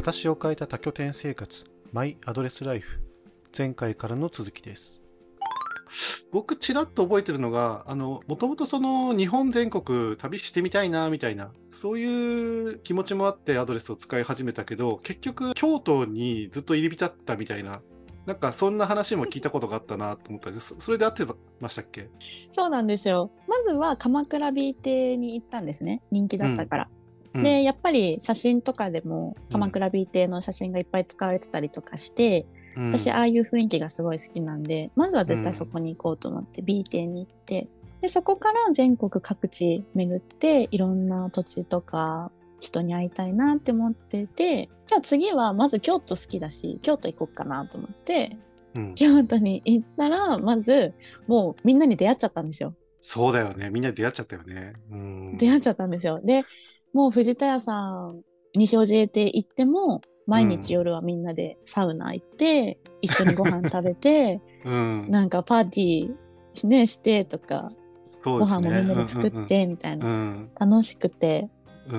私を変えた多拠点生活、マイアドレスライフ。前回からの続きです。僕、ちらっと覚えてるのが、もともとその日本全国旅してみたいな、みたいな、そういう気持ちもあってアドレスを使い始めたけど、結局、京都にずっと入り浸ったみたいな、なんかそんな話も聞いたことがあったなと思ったんです。それで合ってましたっけ？ そうなんですよ。まずは鎌倉 B 邸に行ったんですね。人気うん、 だったから。で、 うん、 やっぱり写真とかでもうん、 鎌倉 B 邸の写真がいっぱい使われてたりとかして、私、あうん、 あいう雰囲気がすごい好きなんで、まずは絶対そうん、 こに行こうと思って B 邸に行って、で、そこから全国各地巡って、いろんな土地とか人に会いたいなって思ってて、じゃあ次はまず京都好きだし、京都行こうかなと思って、 うん。 京都に行ったら、まず、もうみんなに出会っちゃったんですよ。 そうだよね。みんなで出会っちゃったよね。うん、 出会っちゃったんですよ。で、もう藤田屋さん、西尾路へて行っても、毎日うん、 夜はみんなでサウナ行って、一緒にご飯食べて、 うん。 なんかパーティーね、してとか、ご飯そうですね。 もみんなでうん、うん、 作ってみたいな。 うん。 楽しくて、 うん。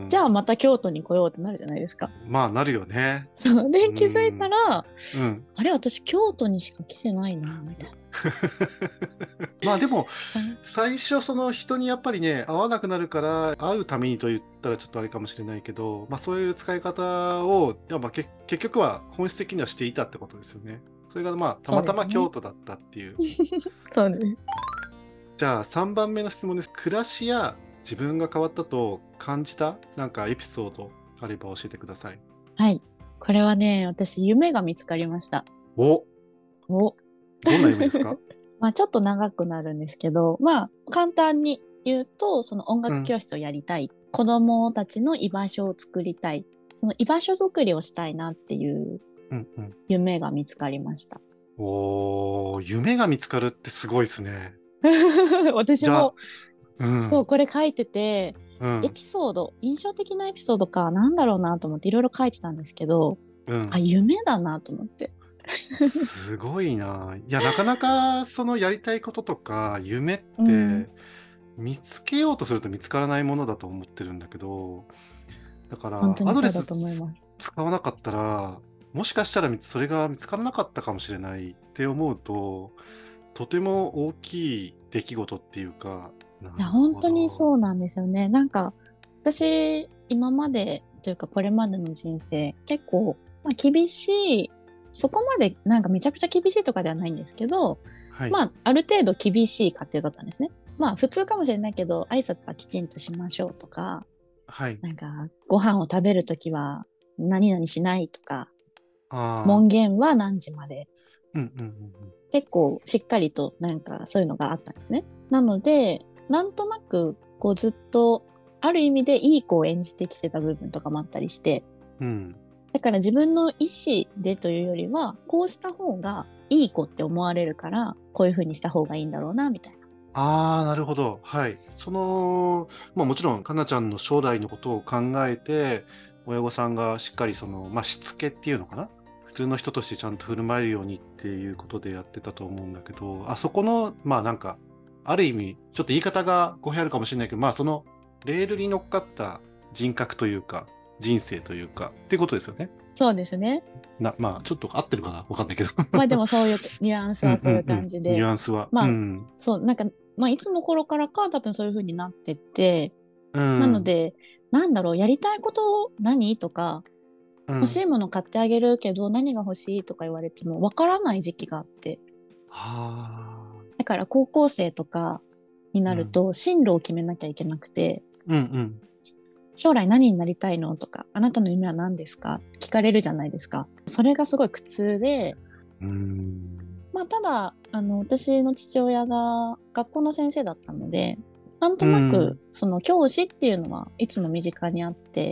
うん。 じゃあまた京都に来ようってなるじゃないですか。 まあ、なるよね。 そう。で、 う気づいたん。 ら、 うん。 あれ、私京都にしか来てないな、みたいまあでも、 な。 最初その人にやっぱりね、会わなくなるから会うためにと言ったらちょっとあれかもしれないけど、まあそういう使い方を、いやまあ結局は本質的にはしていたってことですよね。それがまあたまたま京そうですね。 都だったっていう。 そうです。 じゃあ3番目の質問です。暮らしや自分が変わったと感じたなんかエピソードあれば教えてください。 はい。これはね、私、夢が見つかりました。 お、 お。 どんな夢ですか？ まあ、ちょっと長くなるんですけど、まあ、簡単に言うと、その音うん、 楽教室をやりたい。子供たちの居場所を作りたい。その居場所作りをしたいなっていううん、うん。 夢が見つかりました。 おー、夢が見つかるってすごいですね。じゃあ、 私も、そう、 うん、 これ書いてて、エうん、 ピソード、印象的なエピソードか、なんだろうなと思っていろいろ書いてたんですけど、あ、 うん。 夢だなと思って。 すごいな。いや、なかなかそのやりたいこととか夢っうん、 て見つけようとすると見つからないものだと思ってるんだけど、だから本当にそうだアドレスと思います。 使わなかったら、もしかしたらそれが見つからなかったかもしれないって思うと、とても大きい出来事っていうか、ないや、 るほ本当にど。 そうなんですよね。なんか、私、今までというか、これまでの人生、結構、まあ、厳しい、そこまでなんかめちゃくちゃ厳しいとかではないんですけど、 はい。 まあ、ある程度厳しい家庭だったんですね。まあ、普通かもしれないけど、挨拶はきちんとしましょうとか、 はい。 なんか、ご飯を食べるときは何々しないとか、 ああ、 門限は何時まで。 うんうんうん結構しっかりとなんかそういうのがあったんですね。なので、なんとなくこうずっとある意味でいい子を演じてきてた部分とかもあったりして、 うん。うん。 だから自分の意思でというよりは、こうした方がいい子って思われるから、こういう風にした方がいいんだろうな、みたいな。 ああ、なるほど。はい。まあもちろん、かなちゃんの将来のことを考えて、親御さんがしっかりまあしつけっていうのかな。普通の人としてちゃんと振る舞えるようにっていうことでやってたと思うんだけど、あそこの、まあなんか、ある意味、ちょっと言い方が語弊あるかもしれないけど、まあその、レールに乗っかった人格というか、人生というか、っていうことですよね。 そうですね。 まあちょっと合ってるかなわかんないけど。 まあでもそういうニュアンスうんはそういううんうん。 感じで、 ニュアンスは。うまあん。 そう、なんか、まあいつの頃からか多分そういう風になってって、 うん。 なので、なんだろう、やりたいこと何とか、欲しうん。 いもの買ってあげるけど何が欲しいとか言われてもわからない時期があって。 はあ。 だから高校生とかになうん。 ると進路を決めなきゃいけなくて、 うんうん。 将来何になりたいのとか、あなたの夢は何ですか聞かれるじゃないですか。それがすごい苦痛で、 うーん。 まあただ、私の父親が学校の先生だったので、なんとうなくん。 その教師っていうのはいつも身近にあって、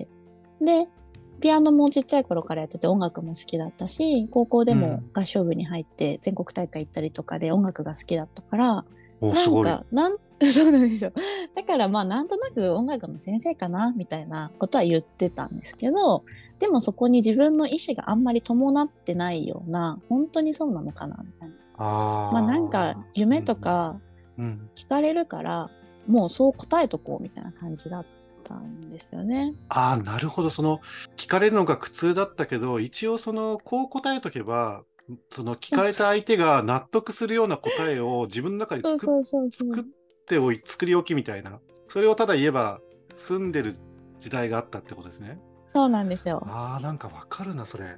で、ピアノもちっちゃい頃からやってて音楽も好きだったし、高校でもうん。 合唱部に入って全国大会行ったりとかで音楽が好きだったから、 お、 なんすごい。 か、そうなんですよ。だからまあなんとなく音楽の先生かなみたいなことは言ってたんですけど、でもそこに自分の意思があんまり伴ってないような、本当にそうなのかなみたいな。まあなんかああ。う夢とん。 かうん。 聞かれるから、もうそう答えとこうみたいな感じだったんですよね。 ああ、なるほど。聞かれるのが苦痛だったけど、一応こう答えとけば、聞かれた相手が納得するような答えを自分の中にそうそうそうそう。 作り置きみたいな。それをただ言えば、住んでる時代があったってことですね。 そうなんですよ。 ああ、なんかわかるな、それ。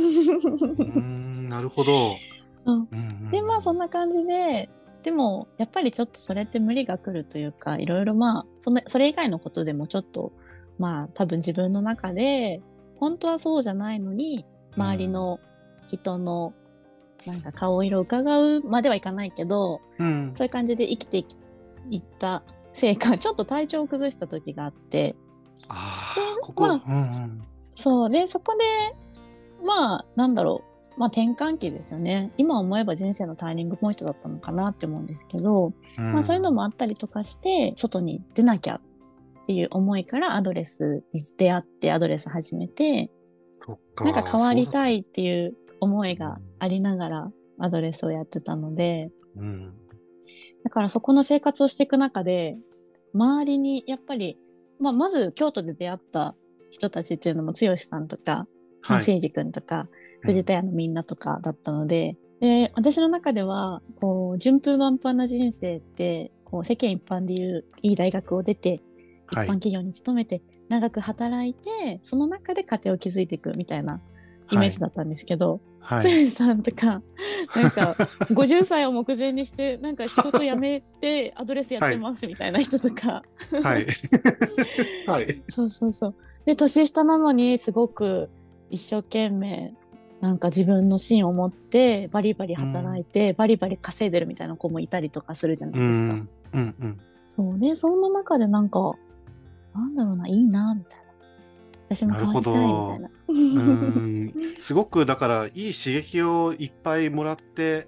なるほど。 そう。 うんうんうで、まあそんん。 な感じで、でもやっぱりちょっとそれって無理が来るというか、いろいろまあそれ以外のことでもちょっとまあ多分自分の中で本当はそうじゃないのに、周りの人のなんか顔色を伺うまではいかないけど、 うん。 そういう感じで生きていったせいか、ちょっと体調を崩した時があって、で、 ああ、ここ、 まあ、 うんうん。 そうで、そこでまあ、なんだろう。まあ、転換期ですよね。今思えば人生のターニングポイントだったのかなって思うんですけど、 うまあそういうのん。 もあったりとかして、外に出なきゃっていう思いからアドレスに出会ってアドレス始めて、 そっなんかか、 変わそうだったの。 りたいっていう思いがありながらアドレスをやってたので、 うん。 だからそこの生活をしていく中で、周りにやっぱり、まあまず京都で出会った人たちっていうのも剛さんとか、まあ、 はい。 誠司君とか、 うん。 藤田屋のみんなとかだったので、で、私の中では、こう、順風満帆な人生って、こう、世間一般でいういい大学を出て、一はい。 般企業に勤めて、長く働いて、その中で家庭を築いていくみたいなイはい。 メージだったんですけど、 はい。 剛さんとか、なんか、50歳を目前にして、なんか仕事辞めてアドレスやっはい。 てますみたいな人とか、 はい。はい。 そうそうそう。で、年下なのにすごく一生懸命、なんか自分の芯を持ってバリバリうん。 働いて、バリバリ稼いでるみたいな子もいたりとかするじゃなういですか。 ん。うん。うん。 そうね、そんな中でなんか、なんだろうな、いいな、みたいな。私もなるほ変わりたい、みたいど。 な。 すごくだからいい刺激をいっぱいもらって、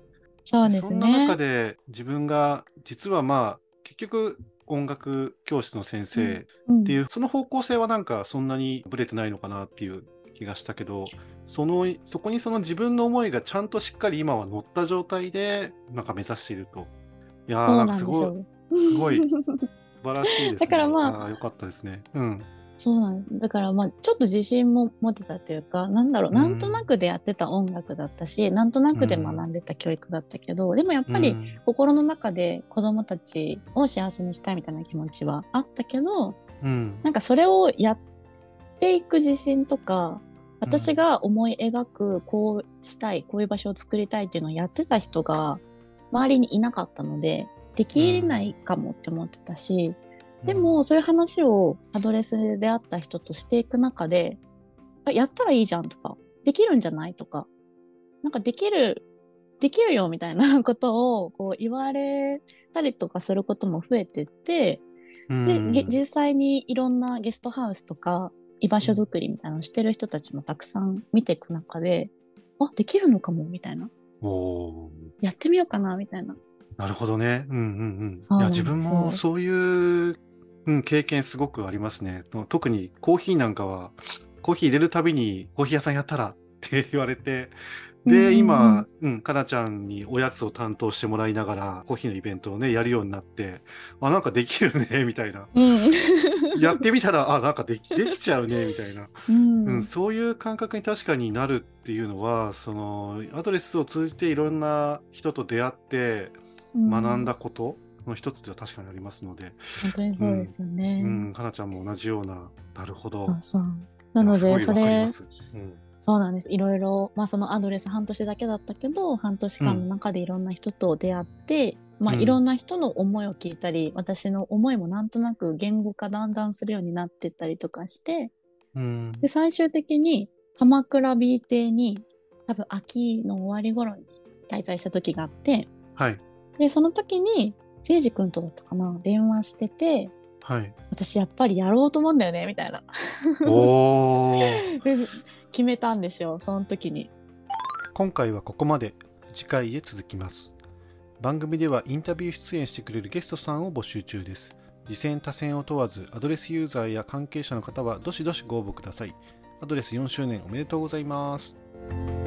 そうででそんな中すね。 で自分が実はまあ結局音楽教室の先うん。 生っうん。 ていうその方向性はなんかそんなにブレてないのかなっていう気がしたけど、そこにその自分の思いがちゃんとしっかり今は乗った状態でなんか目指していると。いやーそうなんかすなんですよ。 ごい素晴らしいでだすね。 からまあ、 ああ、よかったですね。うん。 そうなんです。だからまあ、ちょっと自信も持てたというか、なんだろう、 うなんとなん。 くでやってた音楽だったし、なんとなうくで学んん。 でた教育だったけど、でもやっぱりうん。 心の中で子供たちを幸せにしたいみたいな気持ちはあったけど、 うん。 なんかそれをやっていく自信とか、私うん。 が思い描く、こうしたい、こういう場所を作りたいっていうのをやってた人が周りにいなかったので、でうき入れないん。 かもって思ってたし、でうん。 もそういう話をアドレスで会った人としていく中で、あやったらいいじゃんとか、できるんじゃないとか、なんかできるよみたいなことをこう言われたりとかすることも増えてって、 うで、 ん。 実際にいろんなゲストハウスとか居場所うん。 づくりみたいなのをしてる人たちもたくさん見ていく中で、あ、できるのかもみたいな。 おー。 やってみようかなみたいな。 なるほどね。うんうんうん。いや、自そうなんで分もすよ。 そういう、経験すごくありますね。特にコーヒーなんかは、コーヒー入れるたびにコーヒー屋さんやったらって言われて、 うんで、 うんうん。 今、かなちゃんにおやつを担当してもらいながら、コーヒーのイベントをね、やるようになって、あ、なんかできるね、みたいな。 うん。 やってみたら、あ、なんかできちゃうね、みたいな。 うん。 そういう感覚に確かになるっていうのは、アドレスを通じていろんな人と出会ってう学んん。 だことの一つでは確かにありますので、 本当にうん、 そうですよね。 かなちゃんも同じような、なるほど。 そうそう。ないや、 ので、 すごいわかります。うん、 そうなんです。いろいろ、まあそのアドレス半年だけだったけど、半年間のうん、 中でいろんな人と出会って、まあいろうん、 んな人の思いを聞いたり、私の思いもなんとなく言語化だんだんするようになってったりとかして、 うで、 ん、 最終的に鎌倉 B 邸に多分秋の終わり頃に滞在した時があって、 はい、 で、その時に、誠司君とだったかな、電話してて、 はい。 私やっぱりやろうと思うんだよね、みたいな。 おー。 で決めたんですよ、その時に。 今回はここまで。次回へ続きます。番組ではインタビュー出演してくれるゲストさんを募集中です。次戦他戦を問わず、アドレスユーザーや関係者の方はどしどしご応募ください。アドレス4周年おめでとうございます。